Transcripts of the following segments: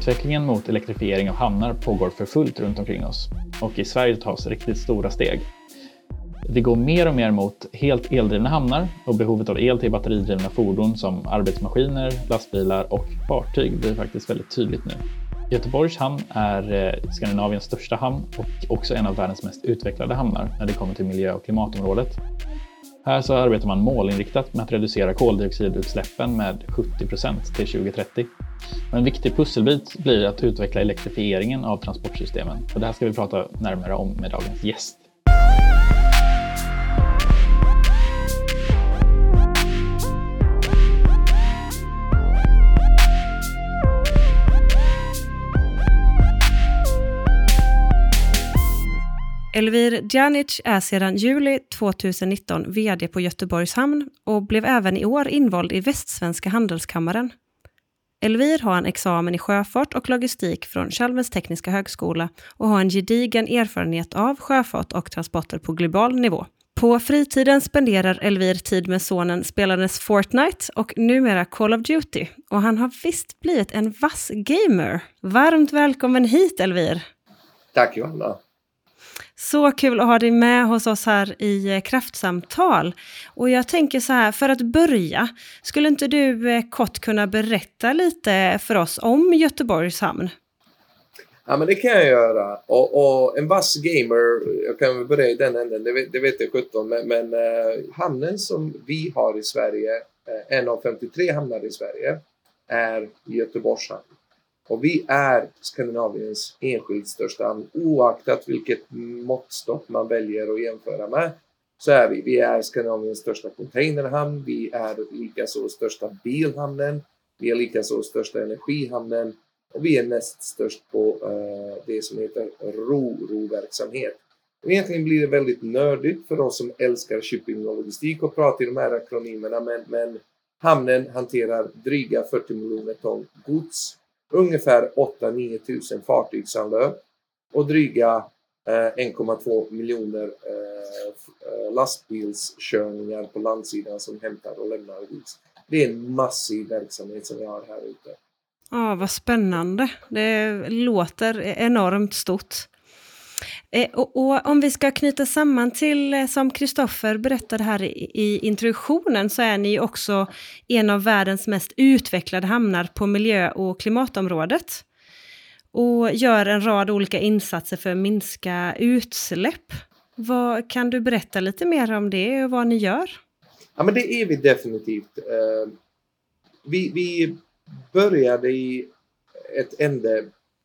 Utvecklingen mot elektrifiering av hamnar pågår för fullt runt omkring oss och i Sverige tas riktigt stora steg. Det går mer och mer mot helt eldrivna hamnar och behovet av el till batteridrivna fordon som arbetsmaskiner, lastbilar och fartyg blir faktiskt väldigt tydligt nu. Göteborgs hamn är Skandinaviens största hamn och också en av världens mest utvecklade hamnar när det kommer till miljö- och klimatområdet. Här så arbetar man målinriktat med att reducera koldioxidutsläppen med 70% till 2030. Och en viktig pusselbit blir att utveckla elektrifieringen av transportsystemen. Och det här ska vi prata närmare om med dagens gäst. Elvir Djanic är sedan juli 2019 vd på Göteborgs hamn och blev även i år invald i Västsvenska handelskammaren. Elvir har en examen i sjöfart och logistik från Chalmers tekniska högskola och har en gedigen erfarenhet av sjöfart och transporter på global nivå. På fritiden spenderar Elvir tid med sonen spelandes Fortnite och numera Call of Duty. Och han har visst blivit en vass gamer. Varmt välkommen hit, Elvir! Tack, Johanna! Så kul att ha dig med hos oss här i Kraftsamtal. Och jag tänker så här, för att börja, skulle inte du kort kunna berätta lite för oss om Göteborgs hamn? Ja, men det kan jag göra. Och en vass gamer, jag kan börja i den änden, det vet jag 17. Men hamnen som vi har i Sverige, en av 53 hamnar i Sverige, är Göteborgs hamn. Och vi är Skandinaviens enskilt största hamn. Oaktat vilket måttstock man väljer att jämföra med, så är vi. Vi är Skandinaviens största containerhamn. Vi är likaså största bilhamnen. Vi är likaså största energihamnen. Och vi är näst störst på det som heter ro-verksamhet. Och egentligen blir det väldigt nördigt för oss som älskar shipping och logistik och pratar i de här akronymerna. Men hamnen hanterar dryga 40 miljoner ton gods. Ungefär 8-9 tusen fartygsanlöp och dryga 1,2 miljoner lastbilskörningar på landsidan som hämtar och lämnar gods. Det är en massiv verksamhet som vi har här ute. Ja, vad spännande. Det låter enormt stort. Och om vi ska knyta samman till, som Kristoffer berättade här i introduktionen, så är ni också en av världens mest utvecklade hamnar på miljö- och klimatområdet. Och gör en rad olika insatser för att minska utsläpp. Kan du berätta lite mer om det och vad ni gör? Ja, men det är vi definitivt. Vi började i ett ände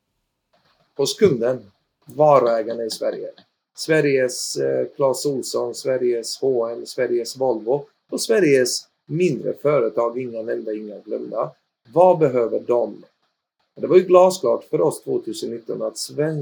hos kunden. Varuägarna i Sverige. Sveriges Clas Ohlson, Sveriges H&M, Sveriges Volvo och Sveriges mindre företag, inga nämnda, inga glömda. Vad behöver de? Det var ju glasklart för oss 2019 att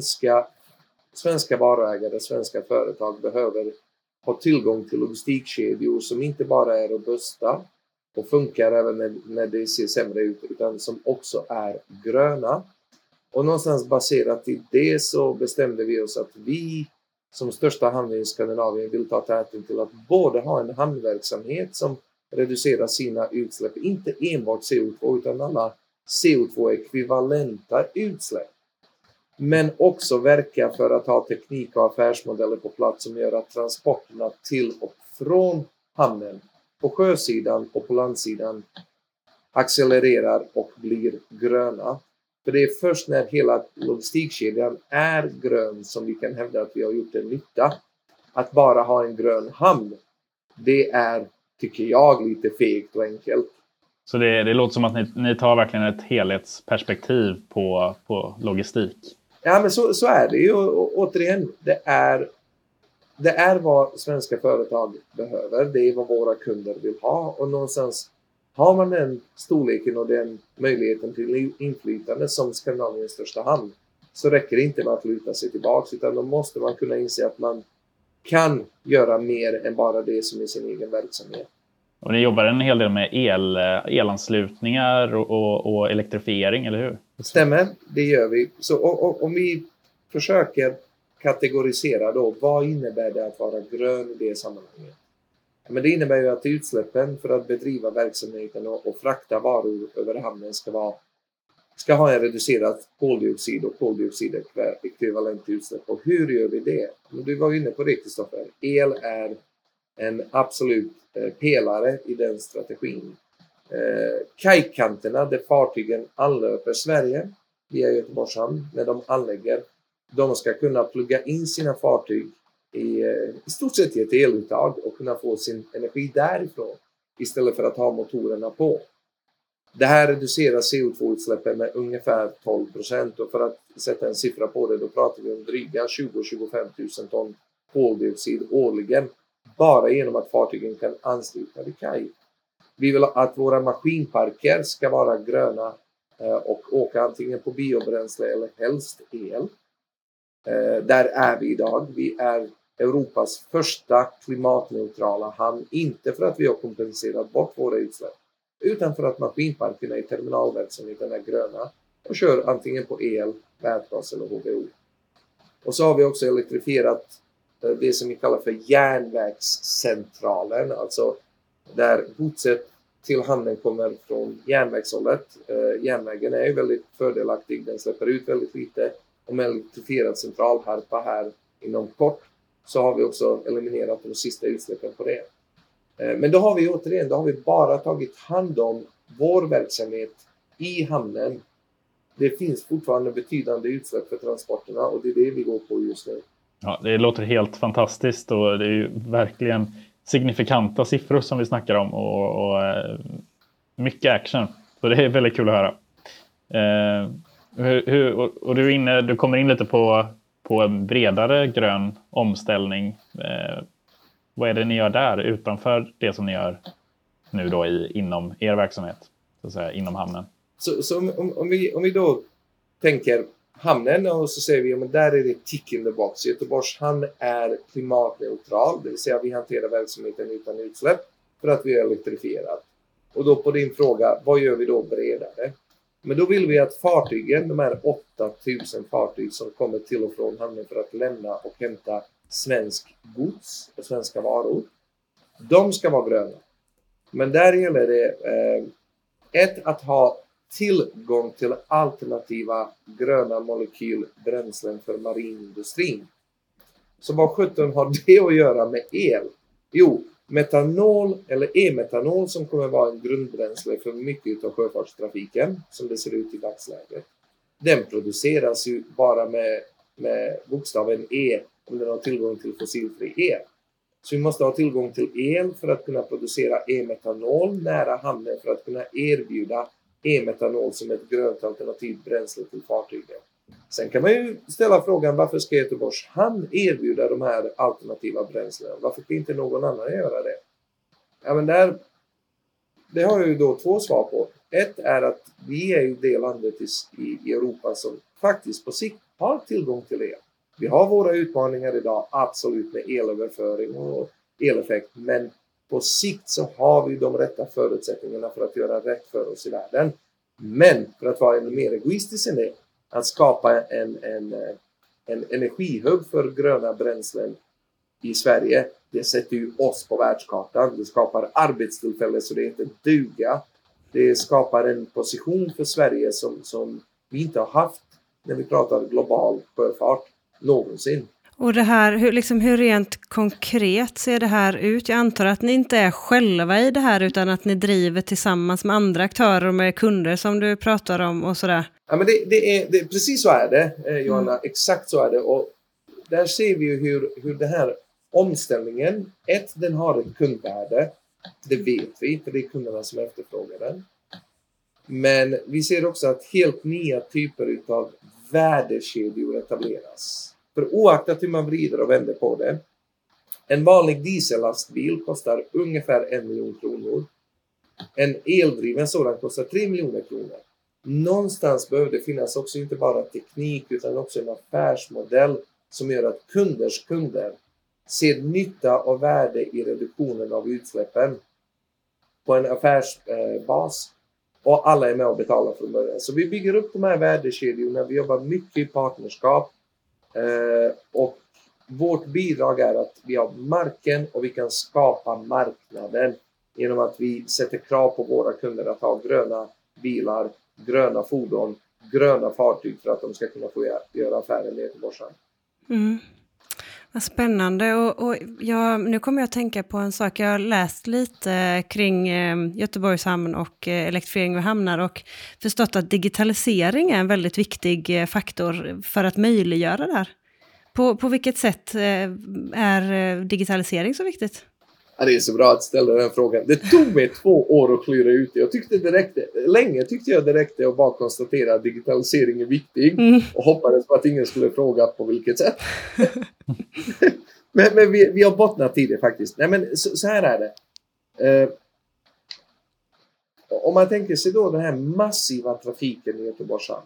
svenska varuägare, svenska företag behöver ha tillgång till logistikkedjor som inte bara är robusta och funkar även när det ser sämre ut, utan som också är gröna. Och någonstans baserat i det så bestämde vi oss att vi som största hamn i Skandinavien vill ta täten till att både ha en hamnverksamhet som reducerar sina utsläpp, inte enbart CO2 utan alla CO2-ekvivalenta utsläpp. Men också verka för att ha teknik och affärsmodeller på plats som gör att transporterna till och från hamnen på sjösidan och på landsidan accelererar och blir gröna. För det är först när hela logistikkedjan är grön som vi kan hävda att vi har gjort en nytta. Att bara ha en grön hamn, det är, tycker jag, lite fegt och enkelt. Så det låter som att ni tar verkligen ett helhetsperspektiv på logistik. Ja, men så är det ju. Och återigen, det är vad svenska företag behöver. Det är vad våra kunder vill ha. Och någonstans har man den storleken och den möjligheten till inflytande som Skandinaviens största hamn, så räcker det inte med att luta sig tillbaka, utan då måste man kunna inse att man kan göra mer än bara det som är sin egen verksamhet. Och ni jobbar en hel del med elanslutningar och elektrifiering, eller hur? Stämmer, det gör vi. Så om vi försöker kategorisera då, vad innebär det att vara grön i det sammanhanget? Men det innebär ju att utsläppen för att bedriva verksamheten och frakta varor över hamnen ska vara ska ha en reducerad koldioxid och koldioxidekvivalent utsläpp. Och hur gör vi det? Du var inne på det, Kristoffer. El är en absolut pelare i den strategin. Kajkanterna där fartygen anlöper Sverige via Göteborgs hamn, när de anlägger, de ska kunna plugga in sina fartyg i stort sett i ett eluttag och kunna få sin energi därifrån istället för att ha motorerna på. Det här reducerar CO2-utsläppen med ungefär 12%, och för att sätta en siffra på det, då pratar vi om dryga 20-25 000 ton koldioxid årligen bara genom att fartygen kan ansluta vid kaj. Vi vill att våra maskinparker ska vara gröna och åka antingen på biobränsle eller helst el. Där är vi idag. Vi är Europas första klimatneutrala hamn, inte för att vi har kompenserat bort våra utsläpp, utan för att maskinparkerna i terminalverksamheten är gröna och kör antingen på el, vätgas eller HVO. Och så har vi också elektrifierat det som vi kallar för järnvägscentralen, alltså där godset till hamnen kommer från järnvägshållet. Järnvägen är ju väldigt fördelaktig, den släpper ut väldigt lite. Och med elektrifierad centralharpa här inom kort så har vi också eliminerat de sista utsläppen på det. Men då har vi bara tagit hand om vår verksamhet i hamnen. Det finns fortfarande betydande utsläpp för transporterna, och det är det vi går på just nu. Ja, det låter helt fantastiskt, och det är ju verkligen signifikanta siffror som vi snackar om, och mycket action. Så det är väldigt kul att höra. Och du kommer in lite på en bredare grön omställning. Vad är det ni gör där utanför det som ni gör nu då inom er verksamhet, så att säga, inom hamnen? Så om vi då tänker hamnen, och så säger vi att där är det tick in the box. Göteborgs hamn är klimatneutral, det vill säga vi hanterar verksamheten utan utsläpp för att vi är elektrifierat. Och då på din fråga, vad gör vi då bredare? Men då vill vi att fartygen, de här 8000 fartyg som kommer till och från hamnen för att lämna och hämta svensk gods och svenska varor, de ska vara gröna. Men där gäller det att ha tillgång till alternativa gröna molekylbränslen för marinindustrin. Så vad 17 har det att göra med el? Jo, metanol eller e-metanol som kommer vara en grundbränsle för mycket av sjöfartstrafiken som det ser ut i dagsläget. Den produceras ju bara med bokstaven E om den har tillgång till fossilfri el. Så vi måste ha tillgång till el för att kunna producera e-metanol nära hamnen för att kunna erbjuda e-metanol som ett grönt alternativt bränsle till fartygen. Sen kan man ju ställa frågan, varför ska Göteborgs hamn erbjuda de här alternativa bränslena? Varför kan inte någon annan göra det? Ja, men det har jag ju då två svar på. Ett är att vi är ju det landet i Europa som faktiskt på sikt har tillgång till el. Vi har våra utmaningar idag, absolut, med elöverföring och eleffekt, men på sikt så har vi de rätta förutsättningarna för att göra rätt för oss i världen. Men för att vara ännu mer egoistisk än det, att skapa en energihub för gröna bränslen i Sverige, det sätter ju oss på världskartan. Det skapar arbetstillfällen så det heter duga. Det skapar en position för Sverige som vi inte har haft när vi pratar global sjöfart någonsin. Och det här, hur rent konkret ser det här ut? Jag antar att ni inte är själva i det här utan att ni driver tillsammans med andra aktörer och med kunder som du pratar om och sådär. Ja, men det är precis så är det, Johanna. Exakt så är det. Och där ser vi ju hur den här omställningen, den har ett kundvärde. Det vet vi, för det är kunderna som efterfrågar den. Men vi ser också att helt nya typer av värdekedjor etableras. För oaktat hur man vrider och vänder på det. En vanlig diesellastbil kostar ungefär 1 miljon kronor. En eldriven sådan kostar 3 miljoner kronor. Någonstans behöver det finnas också inte bara teknik utan också en affärsmodell som gör att kunders kunder ser nytta och värde i reduktionen av utsläppen på en affärsbas. Och alla är med och betalar från början. Så vi bygger upp de här värdekedjorna. Vi jobbar mycket i partnerskap. Och vårt bidrag är att vi har marken och vi kan skapa marknaden genom att vi sätter krav på våra kunder att ha gröna bilar, gröna fordon gröna fartyg för att de ska kunna få göra affärer med Göteborgs hamn. Vad spännande. Och nu kommer jag att tänka på en sak. Jag har läst lite kring Göteborgs hamn och elektrifiering av hamnar och förstått att digitalisering är en väldigt viktig faktor för att möjliggöra det här. På vilket sätt är digitalisering så viktigt? Ja, det är så bra att ställa den frågan. Det tog mig 2 år att klura ut det. Länge tyckte jag det räckte att bara konstatera att digitalisering är viktig och hoppades på att ingen skulle fråga på vilket sätt. men vi har bottnat i det faktiskt. Nej, men så här är det. Om man tänker sig då den här massiva trafiken i Göteborgs hamn.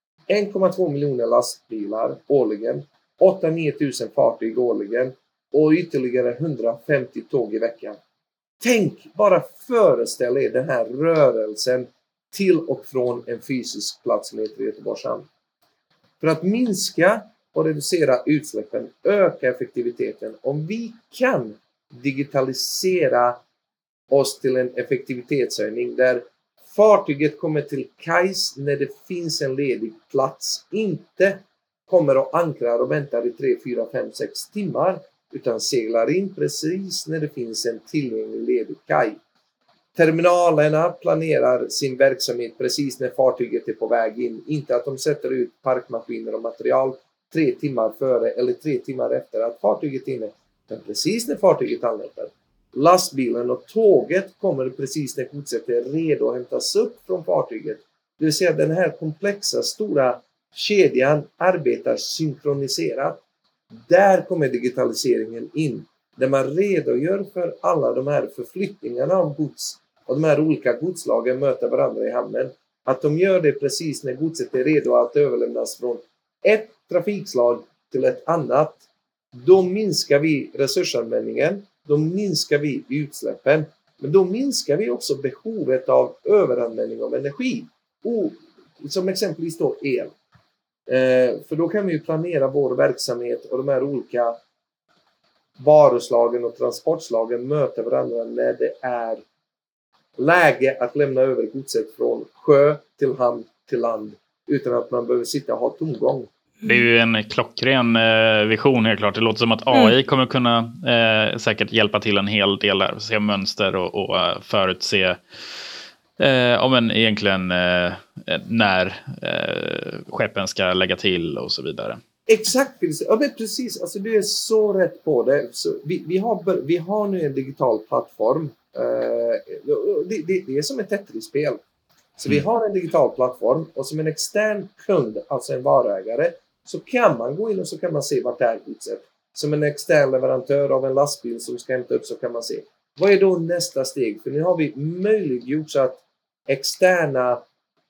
1,2 miljoner lastbilar årligen. 8-9 tusen fartyg årligen. Och ytterligare 150 tåg i veckan. Tänk, bara föreställ er den här rörelsen till och från en fysisk plats som heter Göteborgs hamn. För att minska och reducera utsläppen, öka effektiviteten. Om vi kan digitalisera oss till en effektivitetshöjning där fartyget kommer till kajs när det finns en ledig plats. Inte kommer och ankrar och väntar i 3, 4, 5, 6 timmar. Utan seglar in precis när det finns en tillgänglig ledig kaj. Terminalerna planerar sin verksamhet precis när fartyget är på väg in. Inte att de sätter ut parkmaskiner och material 3 timmar före eller 3 timmar efter att fartyget är inne. Men precis när fartyget anländer. Lastbilen och tåget kommer precis när godset är redo att hämtas upp från fartyget. Det vill säga den här komplexa stora kedjan arbetar synkroniserat. Där kommer digitaliseringen in. Där man redogör för alla de här förflyttningarna av gods. Och de här olika godslagen möter varandra i hamnen. Att de gör det precis när godset är redo att överlämnas från ett trafikslag till ett annat. Då minskar vi resursanvändningen. Då minskar vi utsläppen. Men då minskar vi också behovet av överanvändning av energi. Som exempelvis då el. För då kan vi ju planera vår verksamhet och de här olika varuslagen och transportslagen möter varandra när det är läge att lämna över godset från sjö till hamn till land utan att man behöver sitta och ha tomgång. Det är ju en klockren vision helt klart. Det låter som att AI kommer kunna säkert hjälpa till en hel del där. Se mönster och förutse egentligen när skeppen ska lägga till och så vidare. Exakt, ja, men precis. Alltså, du är så rätt på det. Så vi har nu en digital plattform. Det är som ett Tetris-spel. Så vi har en digital plattform och som en extern kund, alltså en varuägare, så kan man gå in och så kan man se vart det är godset. Som en extern leverantör av en lastbil som ska hämta upp så kan man se. Vad är då nästa steg? För nu har vi möjliggjort så att externa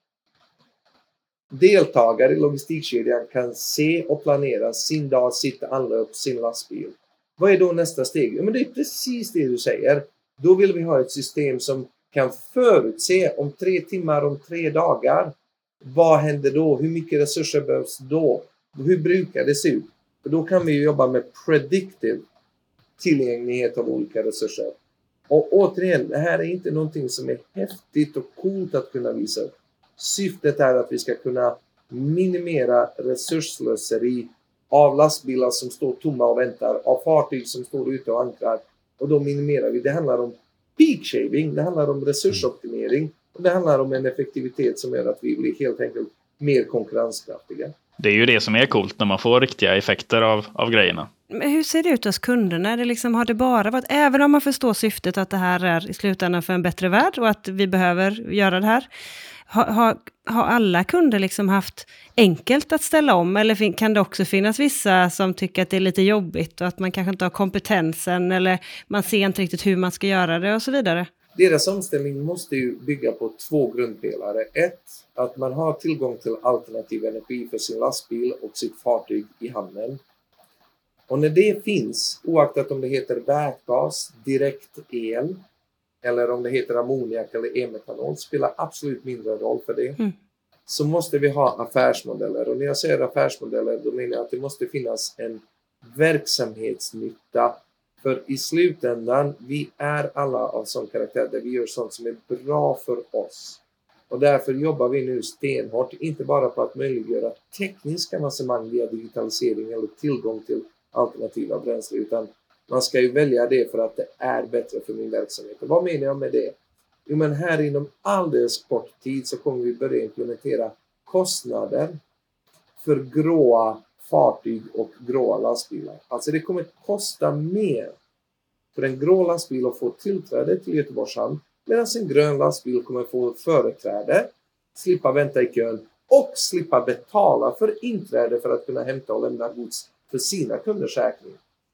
deltagare i logistikkedjan kan se och planera sin dag, sitt anlöp, sin lastbil. Vad är då nästa steg? Ja, men det är precis det du säger. Då vill vi ha ett system som kan förutse om 3 timmar, om 3 dagar. Vad händer då? Hur mycket resurser behövs då? Hur brukar det se ut? För då kan vi jobba med predictive tillgänglighet av olika resurser. Och återigen, det här är inte någonting som är häftigt och coolt att kunna visa upp. Syftet är att vi ska kunna minimera resursslöseri av lastbilar som står tomma och väntar, av fartyg som står ute och ankrar. Och då minimerar vi. Det handlar om peak shaving, det handlar om resursoptimering och det handlar om en effektivitet som gör att vi blir helt enkelt mer konkurrenskraftiga. Det är ju det som är coolt när man får riktiga effekter av grejerna. Men hur ser det ut hos kunderna? Har det bara varit, även om man förstår syftet att det här är i slutändan för en bättre värld och att vi behöver göra det här, har alla kunder haft enkelt att ställa om? Eller kan det också finnas vissa som tycker att det är lite jobbigt och att man kanske inte har kompetensen eller man ser inte riktigt hur man ska göra det och så vidare? Deras omställning måste ju bygga på 2 grundpelare. 1. Att man har tillgång till alternativ energi för sin lastbil och sitt fartyg i hamnen. Och när det finns, oaktat om det heter vätgas, direkt el eller om det heter ammoniak eller e-metanol, spelar absolut mindre roll för det. Så måste vi ha affärsmodeller. Och när jag säger affärsmodeller, då menar jag att det måste finnas en verksamhetsnytta. För i slutändan, vi är alla av sån karaktär där vi gör sånt som är bra för oss. Och därför jobbar vi nu stenhårt, inte bara på att möjliggöra tekniska avancemang via digitalisering eller tillgång till alternativa bränslen, utan man ska ju välja det för att det är bättre för min verksamhet. Och vad menar jag med det? Jo, men här inom alldeles kort tid så kommer vi börja implementera kostnader för gråa fartyg och gråa lastbilar. Alltså det kommer kosta mer för en grå lastbil att få tillträde till Göteborgs hamn, medan en grön lastbil kommer få företräde, slippa vänta i kön och slippa betala för inträde för att kunna hämta och lämna gods för sina kunders räkning.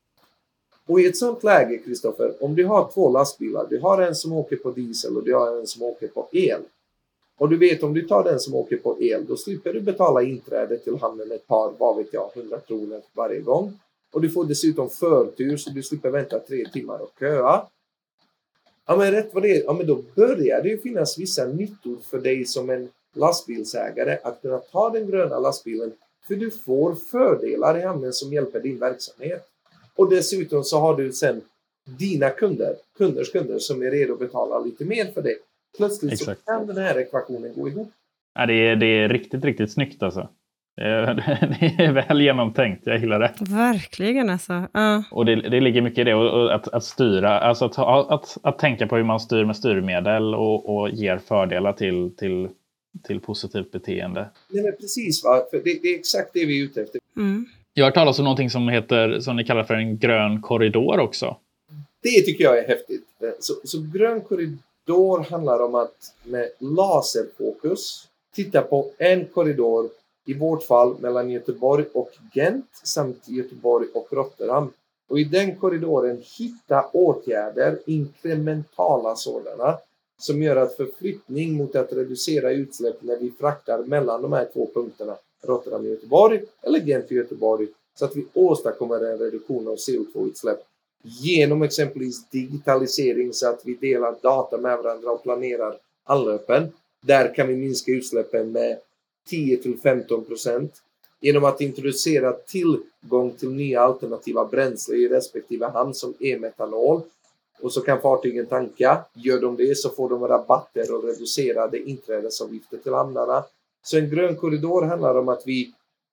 Och i ett sånt läge, Kristoffer, om du har 2 lastbilar, du har en som åker på diesel och du har en som åker på el. Och du vet, om du tar den som åker på el, då slipper du betala inträde till hamnen ett par, vad vet jag, 100 kronor varje gång. Och du får dessutom förtur så du slipper vänta 3 timmar och köa. Ja, men rätt vad det är, ja, men då börjar det ju finnas vissa nyttor för dig som en lastbilsägare att kunna ta den gröna lastbilen. För du får fördelar i hamnen som hjälper din verksamhet. Och dessutom så har du sen dina kunders kunder som är redo att betala lite mer för det. Plötsligt Exakt. så kan den här ekvationen gå ihop. Ja, det är riktigt, riktigt snyggt alltså. Det är väl genomtänkt, jag gillar det. Verkligen alltså. Och det ligger mycket i det, och att styra, alltså att tänka på hur man styr med styrmedel och ger fördelar till positivt beteende. Nej, men precis, va? För det är exakt det vi är ute efter. Jag har hört talas om någonting som ni kallar för en grön korridor också. Det tycker jag är häftigt. Så grön korridor handlar om att med laserfokus titta på en korridor, i vårt fall mellan Göteborg och Gent samt Göteborg och Rotterdam. Och i den korridoren hitta åtgärder, inkrementala sådana, som gör att förflyttning mot att reducera utsläpp när vi fraktar mellan de här 2 punkterna, Rotterdam och Göteborg eller Gent och Göteborg, så att vi åstadkommer en reduktion av CO2-utsläpp genom exempelvis digitalisering, så att vi delar data med varandra och planerar anlöpen. Där kan vi minska utsläppen med 10-15%. Genom att introducera tillgång till nya alternativa bränsle i respektive hamn som e-metanol. Och så kan fartygen tanka. Gör de det så får de rabatter och reducerade inträdesavgifter till hamnarna. Så en grön korridor handlar om att vi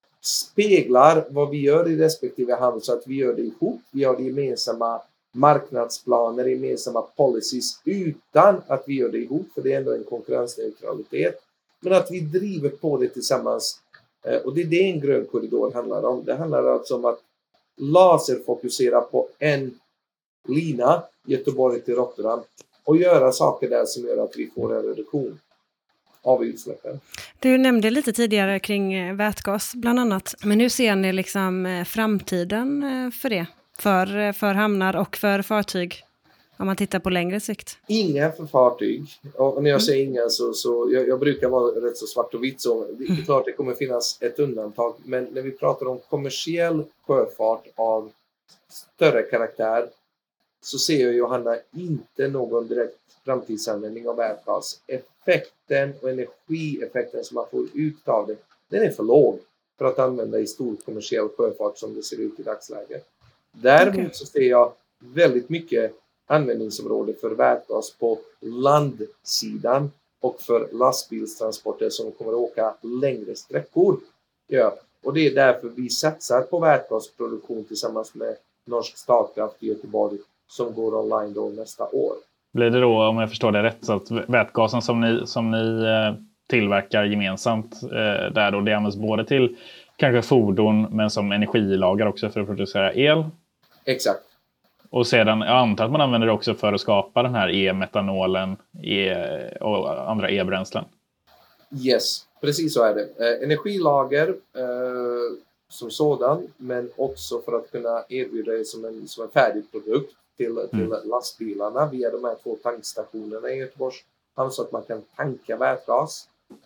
speglar vad vi gör i respektive hamn, så att vi gör det ihop. Vi har det gemensamma marknadsplaner, gemensamma policies, utan att vi gör det ihop, för det är ändå en konkurrensneutralitet. Men att vi driver på det tillsammans, och det är det en grön korridor handlar om. Det handlar alltså om att laserfokusera på en lina, Göteborg till Rotterdam, och göra saker där som gör att vi får en reduktion av utsläppen. Du nämnde lite tidigare kring vätgas bland annat. Men hur ser ni liksom framtiden för det? För hamnar och för fartyg? Om man tittar på längre sikt. Inga för fartyg. Och när jag säger inga så jag brukar vara rätt så svart och vitt. Så det är klart det kommer finnas ett undantag. Men när vi pratar om kommersiell sjöfart av större karaktär, så ser jag, Johanna, inte någon direkt framtidsanvändning av vätgas. Effekten och energieffekten som man får ut av det, den är för låg för att använda i stor kommersiell sjöfart som det ser ut i dagsläget. Däremot så ser jag väldigt mycket användningsområde för vätgas på landsidan och för lastbilstransporter som kommer att åka längre sträckor. Ja, och det är därför vi satsar på vätgasproduktion tillsammans med Norsk Statkraft i Göteborg, som går online då nästa år. Blir det då, om jag förstår det rätt, så att vätgasen som ni tillverkar gemensamt där då, det används både till kanske fordon men som energilager också för att producera el? Exakt. Och sedan, jag antar att man använder det också för att skapa den här e-metanolen och andra e-bränslen. Yes, precis så är det. Energilager som sådan, men också för att kunna erbjuda det som en färdig produkt till lastbilarna via de här 2 tankstationerna i Göteborgs hamn, så att man kan tanka vätgas.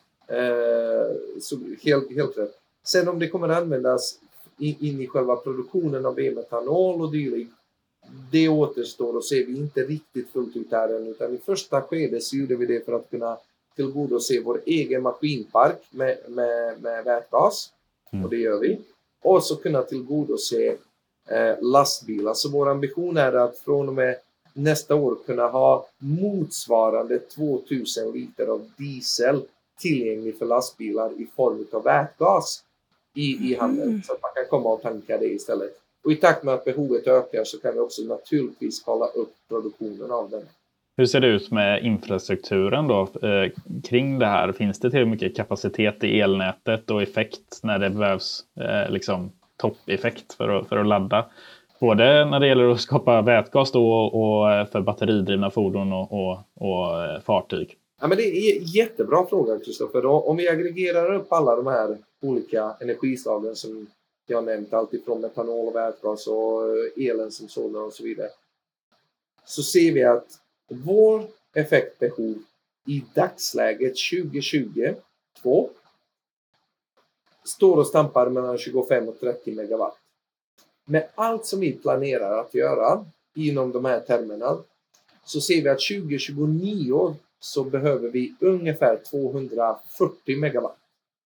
Så helt rätt. Sen om det kommer att användas in i själva produktionen av e-metanol och dylikt, det återstår och ser vi inte riktigt fullt ut här än, utan i första skedet så gjorde vi det för att kunna tillgodose vår egen maskinpark med vätgas, och det gör vi. Och så kunna tillgodose lastbilar. Så vår ambition är att från och med nästa år kunna ha motsvarande 2000 liter av diesel tillgänglig för lastbilar i form av vätgas i handeln. Så att man kan komma och tanka det istället. Och i takt med att behovet ökar så kan vi också naturligtvis kolla upp produktionen av den. Hur ser det ut med infrastrukturen då kring det här? Finns det till mycket kapacitet i elnätet och effekt när det behövs toppeffekt för att ladda? Både när det gäller att skapa vätgas då och för batteridrivna fordon och fartyg. Ja, men det är en jättebra fråga, Kristoffer. Om vi aggregerar upp alla de här olika energislagen som jag nämnt, alltifrån metanol och vätgas och elen som sådan och så vidare, så ser vi att vår effektbehov i dagsläget 2022 står och stampar mellan 25 och 30 megawatt. Med allt som vi planerar att göra inom de här termerna så ser vi att 2029 så behöver vi ungefär 240 megawatt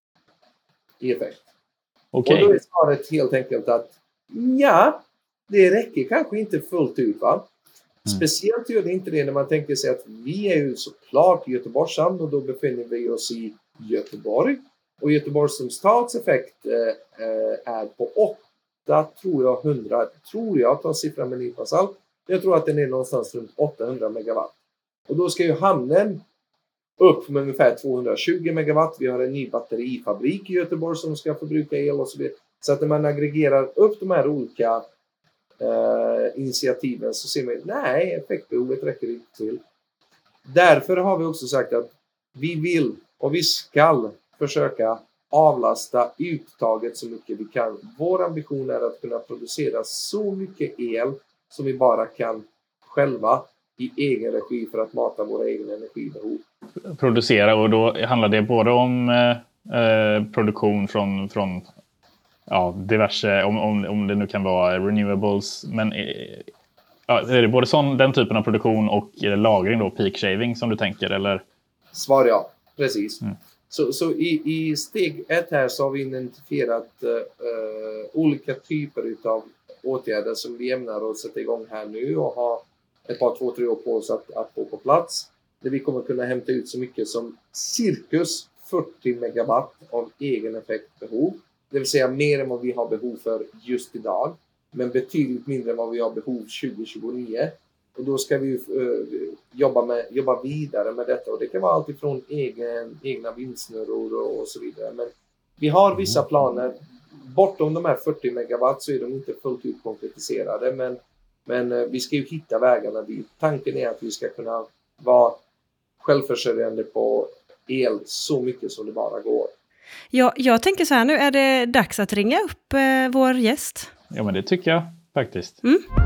i effekt. Okay. Och då är svaret helt enkelt att ja, det räcker kanske inte fullt ut, va? Speciellt gör det inte det när man tänker sig att vi är ju såklart i Göteborgs hamn och då befinner vi oss i Göteborg. Och Göteborgs som stads effekt är på 100, tror jag, tar siffran med nypa salt. Jag tror att den är någonstans runt 800 megawatt. Och då ska ju hamnen upp med ungefär 220 megawatt. Vi har en ny batterifabrik i Göteborg som ska förbruka el och så vidare. Så att när man aggregerar upp de här olika initiativen så ser man att nej, effektbehovet räcker inte till. Därför har vi också sagt att vi vill och vi ska försöka avlasta uttaget så mycket vi kan. Vår ambition är att kunna producera så mycket el som vi bara kan själva i egen regi för att mata våra egna energibehov. Producera, och då handlar det både om produktion från diverse, om det nu kan vara renewables, men är det både den typen av produktion och lagring då, peak shaving som du tänker, eller? Svar ja, precis. Så i steg 1 här så har vi identifierat olika typer av åtgärder som vi ämnar att sätta igång här nu och ha ett par 2-3 år på oss att få på plats. Där vi kommer kunna hämta ut så mycket som cirkus 40 megawatt av egen effektbehov. Det vill säga mer än vad vi har behov för just idag. Men betydligt mindre än vad vi har behov 2029. Och då ska vi jobba vidare med detta. Och det kan vara allt ifrån egna vindsnurror och så vidare. Men vi har vissa planer. Bortom de här 40 megawatt så är de inte fullt ut konkretiserade. Men vi ska ju hitta vägarna dit. Tanken är att vi ska kunna vara självförsörjande på el så mycket som det bara går. Ja, jag tänker så här, nu är det dags att ringa upp vår gäst. Ja, men det tycker jag faktiskt.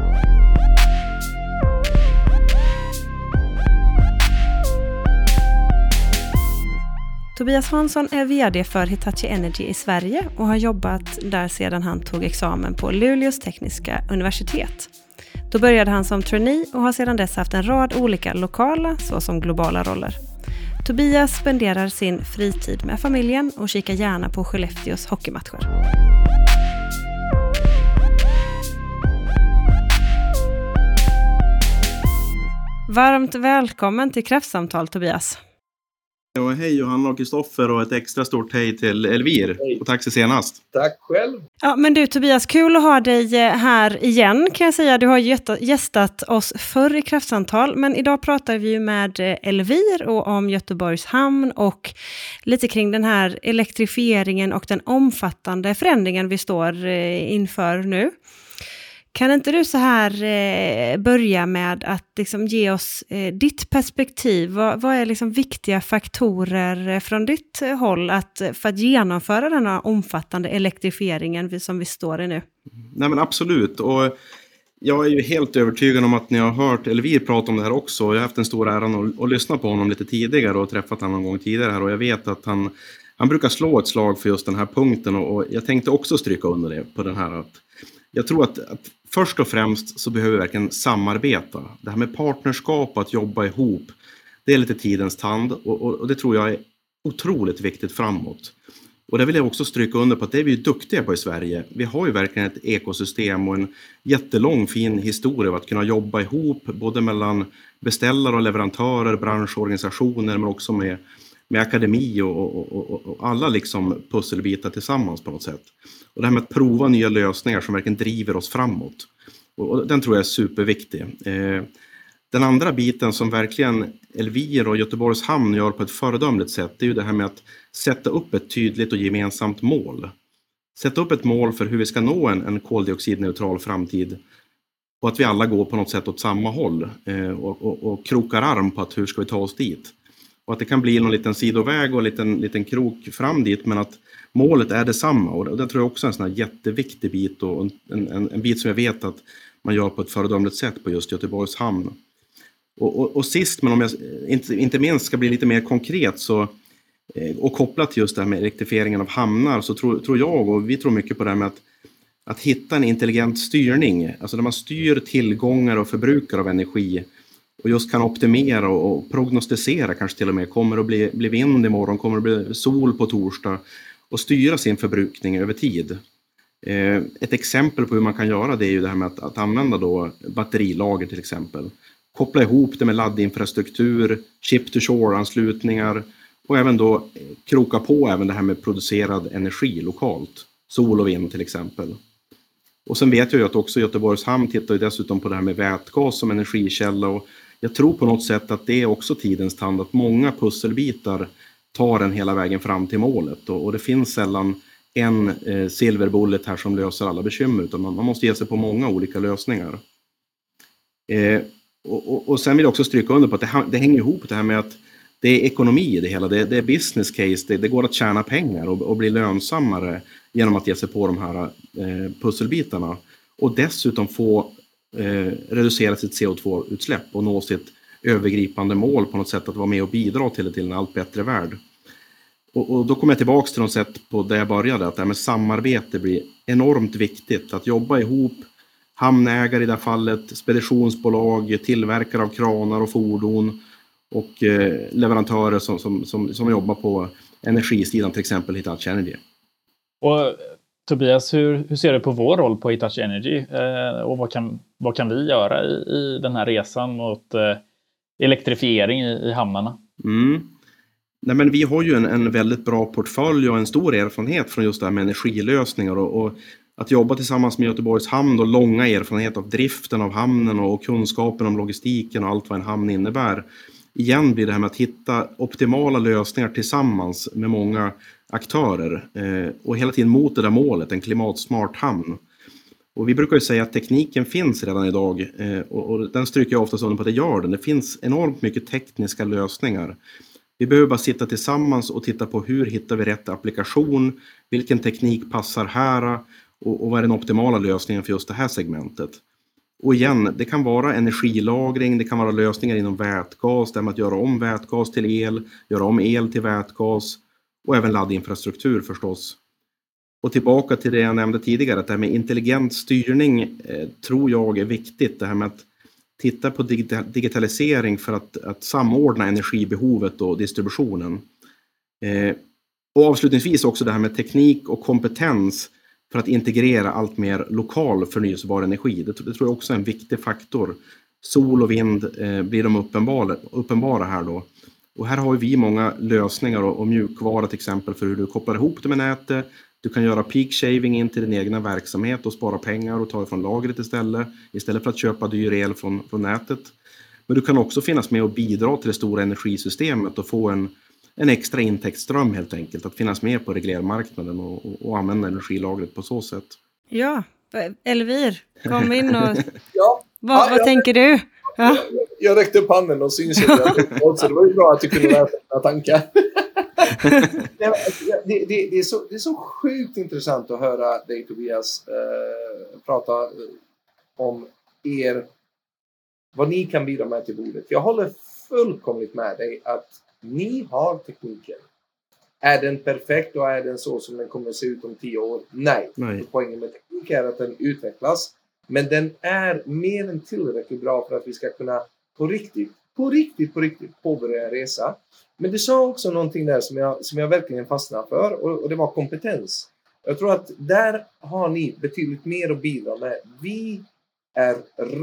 Tobias Hansson är vd för Hitachi Energy i Sverige och har jobbat där sedan han tog examen på Luleås tekniska universitet. Då började han som trainee och har sedan dess haft en rad olika lokala såsom globala roller. Tobias spenderar sin fritid med familjen och kikar gärna på Skellefteås hockeymatcher. Varmt välkommen till Kraftsamtal, Tobias. Ja, hej Johanna och Kristoffer, och ett extra stort hej till Elvir. Hej. Och tack så senast. Tack själv. Ja, men du Tobias, kul att ha dig här igen kan jag säga. Du har gästat oss förr i Kraftsamtal, men idag pratar vi ju med Elvir och om Göteborgs hamn och lite kring den här elektrifieringen och den omfattande förändringen vi står inför nu. Kan inte du så här börja med att liksom ge oss ditt perspektiv? Vad är liksom viktiga faktorer från ditt håll för att genomföra den här omfattande elektrifieringen som vi står i nu? Nej, men absolut. Och jag är ju helt övertygad om att ni har hört Elvir prata om det här också. Jag har haft en stor äran att lyssna på honom lite tidigare och träffat honom någon gång tidigare här. Och jag vet att han brukar slå ett slag för just den här punkten. Och jag tänkte också stryka under det på den här. Jag tror att först och främst så behöver vi verkligen samarbeta. Det här med partnerskap och att jobba ihop, det är lite tidens tand. Och det tror jag är otroligt viktigt framåt. Och det vill jag också stryka under på att det är vi duktiga på i Sverige. Vi har ju verkligen ett ekosystem och en jättelång fin historia av att kunna jobba ihop både mellan beställare och leverantörer, branschorganisationer men också med akademi och alla liksom pusselbitar tillsammans på något sätt. Och det här med att prova nya lösningar som verkligen driver oss framåt. Och den tror jag är superviktig. Den andra biten som verkligen Elvir och Göteborgs hamn gör på ett föredömligt sätt, det är ju det här med att sätta upp ett tydligt och gemensamt mål. Sätta upp ett mål för hur vi ska nå en koldioxidneutral framtid och att vi alla går på något sätt åt samma håll och krokar arm på att hur ska vi ta oss dit. Och att det kan bli någon liten sidoväg och en liten krok fram dit, men att målet är detsamma. Och det tror jag också är en sån här jätteviktig bit och en bit som jag vet att man gör på ett föredömligt sätt på just Göteborgs hamn. Och sist, men om jag inte minst ska bli lite mer konkret så, och kopplat till just det här med elektrifieringen av hamnar, så tror jag och vi tror mycket på det här med att hitta en intelligent styrning. Alltså där man styr tillgångar och förbrukare av energi och just kan optimera och prognostisera kanske till och med. Kommer det att bli vind imorgon? Kommer det att bli sol på torsdag? Och styra sin förbrukning över tid. Ett exempel på hur man kan göra det är ju det här med att använda då batterilager till exempel. Koppla ihop det med laddinfrastruktur, chip-to-shore-anslutningar och även då kroka på även det här med producerad energi lokalt. Sol och vind till exempel. Och sen vet jag ju att också Göteborgs hamn tittar ju dessutom på det här med vätgas som energikälla, och jag tror på något sätt att det är också tidens tand att många pusselbitar tar en hela vägen fram till målet, och det finns sällan en silverbullet här som löser alla bekymmer, utan man måste ge sig på många olika lösningar. Och sen vill jag också stryka under på att det hänger ihop det här med att det är ekonomi i det hela, det är business case, det går att tjäna pengar och bli lönsammare genom att ge sig på de här pusselbitarna. Och dessutom få reducera sitt CO2-utsläpp och nå sitt övergripande mål på något sätt att vara med och bidra till en allt bättre värld. Och då kommer jag tillbaka till något sätt på där jag började, att det här med samarbete blir enormt viktigt. Att jobba ihop, hamnägare i det här fallet, speditionsbolag, tillverkare av kranar och fordon och leverantörer som jobbar på energisidan, till exempel Hitachi Energy. Och Tobias, hur ser du på vår roll på Hitachi Energy och vad kan vi göra i den här resan mot elektrifiering i hamnarna? Nej, men vi har ju en väldigt bra portfölj och en stor erfarenhet från just det här med energilösningar och att jobba tillsammans med Göteborgs hamn och långa erfarenhet av driften av hamnen och kunskapen om logistiken och allt vad en hamn innebär. Igen blir det här med att hitta optimala lösningar tillsammans med många aktörer och hela tiden mot det där målet, en klimatsmart hamn. Och vi brukar ju säga att tekniken finns redan idag och den stryker jag ofta under på att det gör den. Det finns enormt mycket tekniska lösningar. Vi behöver bara sitta tillsammans och titta på hur hittar vi rätt applikation, vilken teknik passar här och vad är den optimala lösningen för just det här segmentet. Och igen, det kan vara energilagring, det kan vara lösningar inom vätgas, där man att göra om vätgas till el, göra om el till vätgas och även laddinfrastruktur förstås. Och tillbaka till det jag nämnde tidigare, att det här med intelligent styrning tror jag är viktigt. Det här med att titta på digitalisering för att samordna energibehovet och distributionen. Och avslutningsvis också det här med teknik och kompetens för att integrera allt mer lokal förnyelsebar energi. Det tror jag också är en viktig faktor. Sol och vind blir de uppenbara här då. Och här har vi många lösningar och mjukvara till exempel för hur du kopplar ihop det med nätet. Du kan göra peak shaving in till din egna verksamhet och spara pengar och ta ifrån lagret istället för att köpa dyr el från nätet. Men du kan också finnas med och bidra till det stora energisystemet och få en extra intäktsström helt enkelt. Att finnas med på reglermarknaden och använda energilagret på så sätt. Ja, Elvir, kom in och... Ja. Vad tänker du? Ja. Jag räckte upp handen och syns inte. Så det var ju bra att du kunde läsa mina tankar. Det är så sjukt intressant att höra dig, Tobias, prata om vad ni kan bidra med till bordet. Jag håller fullkomligt med dig att ni har tekniken. Är den perfekt och är den så som den kommer att se ut om 10 år? Nej. Poängen med teknik är att den utvecklas. Men den är mer än tillräckligt bra för att vi ska kunna på riktigt på riktigt påbörja en resa. Men du sa också någonting där som jag verkligen fastnade för, och det var kompetens. Jag tror att där har ni betydligt mer att bidra med. Vi är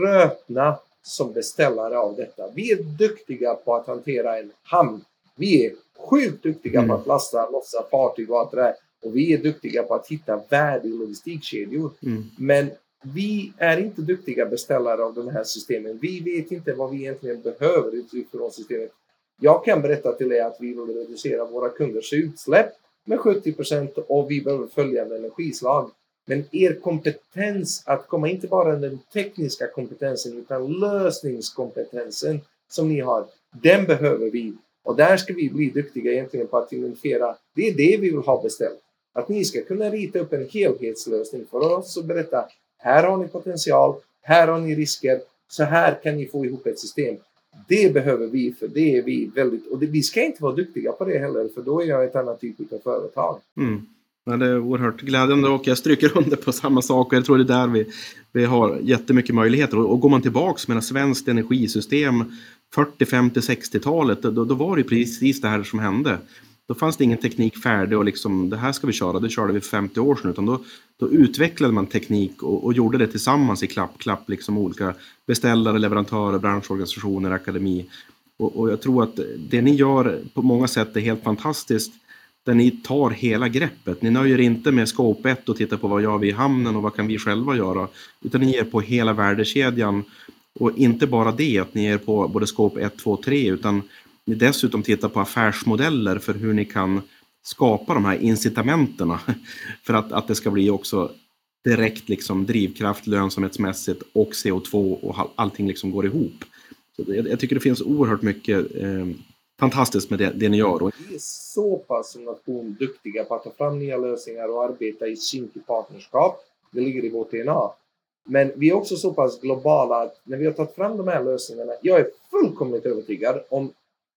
rötna som beställare av detta. Vi är duktiga på att hantera en hamn. Vi är sjukt duktiga på att lossa fartyg och allt det där. Och vi är duktiga på att hitta värde i logistikkedjor. Men vi är inte duktiga beställare av de här systemen. Vi vet inte vad vi egentligen behöver utifrån systemet. Jag kan berätta till er att vi vill reducera våra kunders utsläpp med 70% och vi behöver följande energislag. Men er kompetens att komma, inte bara den tekniska kompetensen utan lösningskompetensen som ni har, den behöver vi. Och där ska vi bli duktiga egentligen på att identifiera, det är det vi vill ha beställt. Att ni ska kunna rita upp en helhetslösning för oss och berätta, här har ni potential, här har ni risker, så här kan ni få ihop ett system. Det behöver vi, för det är vi väldigt, och vi ska inte vara duktiga på det heller, för då är jag ett annat typ av företag. Ja, det är oerhört glädjande och jag stryker under på samma sak och jag tror det är där vi har jättemycket möjligheter. Och går man tillbaks med svenskt energisystem 40, 50, 60-talet, då var det precis det här som hände. Då fanns det ingen teknik färdig och liksom, det här ska vi köra, det körde vi för 50 år sedan. Utan då utvecklade man teknik och gjorde det tillsammans i klapp, liksom olika beställare, leverantörer, branschorganisationer, akademi. Och jag tror att det ni gör på många sätt är helt fantastiskt. Där ni tar hela greppet. Ni nöjer inte med scope 1 och tittar på vad gör vi i hamnen och vad kan vi själva göra. Utan ni ger på hela värdekedjan. Och inte bara det att ni ger på både scope 1, 2, 3 utan ni dessutom tittar på affärsmodeller för hur ni kan skapa de här incitamenterna. För att det ska bli också direkt liksom drivkraft, lönsamhetsmässigt och CO2 och allting liksom går ihop. Så jag tycker det finns oerhört mycket fantastiskt med det ni gör. Vi är så pass som nation duktiga på att ta fram nya lösningar och arbeta i synk i partnerskap. Det ligger i vårt DNA. Men vi är också så pass globala att när vi har tagit fram de här lösningarna, jag är fullkomligt övertygad om,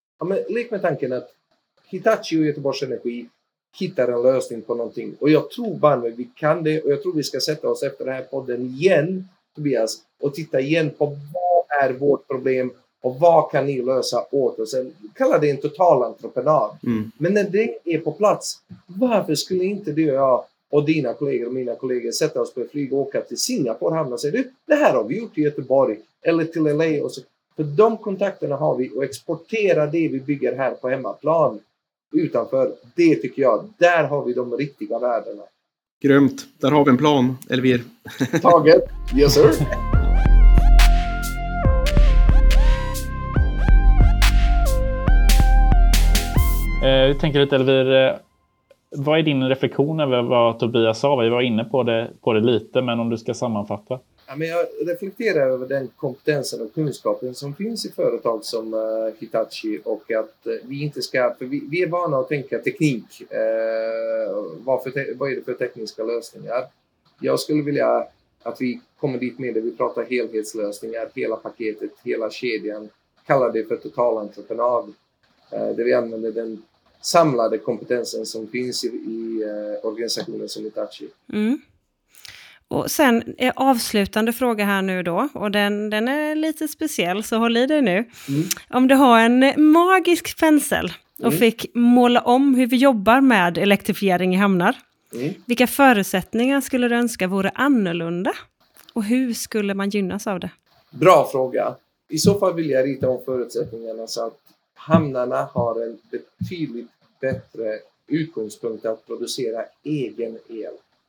lek med tanken att Hitachi och Göteborgs Energi hittar en lösning på någonting. Och jag tror bara vi kan det, och jag tror vi ska sätta oss efter den här podden igen, Tobias, och titta igen på vad är vårt problem och vad kan ni lösa åt oss. Kalla det en total entreprenad. Men när det är på plats, varför skulle inte du och jag och dina kollegor och mina kollegor sätta oss på ett flyg och åka till Singapore hamn och säga, du, det här har vi gjort i Göteborg eller till LA. Och så. För de kontakterna har vi, och exportera det vi bygger här på hemmaplan utanför. Det tycker jag, där har vi de riktiga värdena. Grymt, där har vi en plan, Elvir. Taget, yes sir. Jag tänker lite, Elvir, vad är din reflektion över vad Tobias sa? Vi var inne på det lite, men om du ska sammanfatta. Ja, men jag reflekterar över den kompetensen och kunskapen som finns i företag som Hitachi, och att vi inte ska, för vi är vana att tänka teknik. Vad är det för tekniska lösningar? Jag skulle vilja att vi kommer dit med det. Vi pratar helhetslösningar, hela paketet, hela kedjan. Kallar det för totalentreprenad. Där vi använder den samlade kompetensen som finns i organisationen som Hitachi. Och sen är avslutande fråga här nu då, och den är lite speciell, så håll i dig nu. Om du har en magisk pensel och fick måla om hur vi jobbar med elektrifiering i hamnar, vilka förutsättningar skulle du önska vore annorlunda? Och hur skulle man gynnas av det? Bra fråga. I så fall vill jag rita om förutsättningarna så att hamnarna har en betydligt bättre utgångspunkt att producera egen el.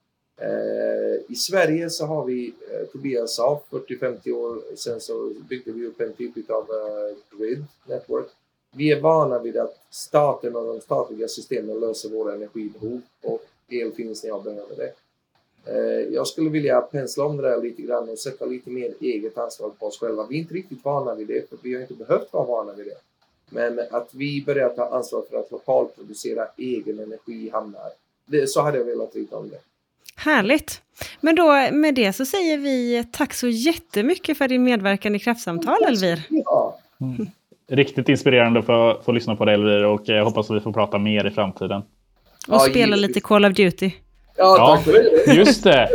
I Sverige så har vi, Tobias sa, 40-50 år sedan så byggde vi upp en typ av grid network. Vi är vana vid att staten och de statliga systemen löser våra energibehov, och el finns när jag behöver det. Jag skulle vilja pensla om det där lite grann och sätta lite mer eget ansvar på oss själva. Vi är inte riktigt vana vid det, för vi har inte behövt vara vana vid det. Men att vi börjar ta ansvar för att lokalt producera egen energi i hamnar. Så hade jag velat rita om det. Härligt. Men då med det så säger vi tack så jättemycket för din medverkan i Kraftsamtal, Elvir. Ja. Riktigt inspirerande att få lyssna på det, Elvir, och jag hoppas att vi får prata mer i framtiden. Och spela lite Call of Duty. Ja, tack för det. Just det.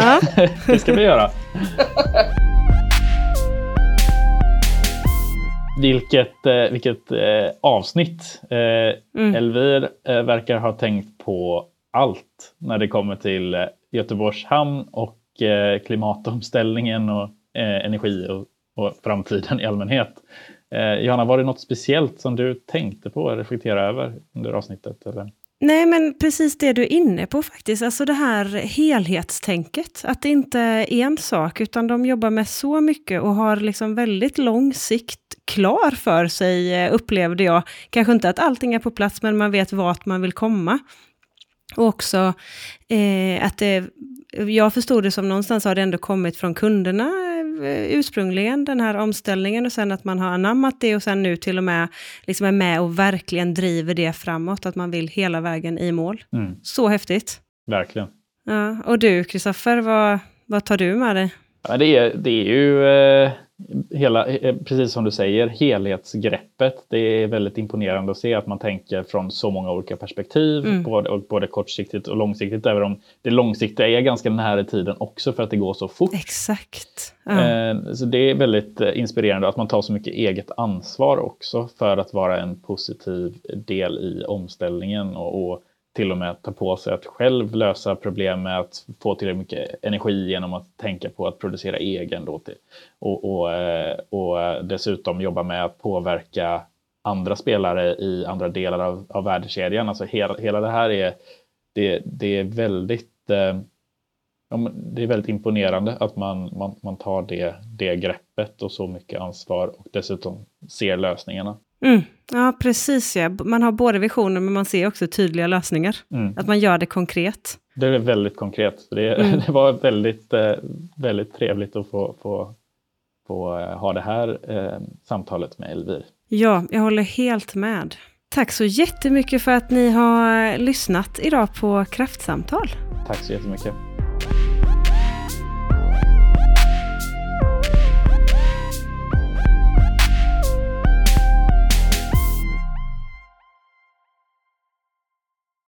Det ska vi göra. Vilket avsnitt. Elvir verkar ha tänkt på allt när det kommer till Göteborgs hamn och klimatomställningen och energi och framtiden i allmänhet. Johanna, var det något speciellt som du tänkte på att reflektera över under avsnittet? Eller? Nej, men precis det du är inne på faktiskt. Alltså det här helhetstänket. Att det inte är en sak, utan de jobbar med så mycket och har liksom väldigt lång sikt klar för sig, upplevde jag. Kanske inte att allting är på plats, men man vet vart man vill komma. Och också att jag förstod det som någonstans har det ändå kommit från kunderna ursprungligen, den här omställningen, och sen att man har anammat det och sen nu till och med liksom är med och verkligen driver det framåt, att man vill hela vägen i mål. Så häftigt. Verkligen. Ja, och du, Kristoffer, vad tar du med dig? Ja, det är ju precis som du säger, helhetsgreppet. Det är väldigt imponerande att se att man tänker från så många olika perspektiv, både kortsiktigt och långsiktigt, även om det långsiktiga är ganska nära i tiden också för att det går så fort. Exakt. Ja. Så det är väldigt inspirerande att man tar så mycket eget ansvar också för att vara en positiv del i omställningen och till och med ta på sig att själv lösa problem med att få tillräckligt mycket energi genom att tänka på att producera egen då och dessutom jobba med att påverka andra spelare i andra delar av värdekedjan. Alltså hela det här är väldigt det är väldigt imponerande att man tar det greppet och så mycket ansvar och dessutom ser lösningarna. Ja, precis. Ja. Man har både visioner, men man ser också tydliga lösningar. Att man gör det konkret. Det är väldigt konkret. Det var väldigt, väldigt trevligt att få ha det här samtalet med Elvir. Ja, jag håller helt med. Tack så jättemycket för att ni har lyssnat idag på Kraftsamtal. Tack så jättemycket.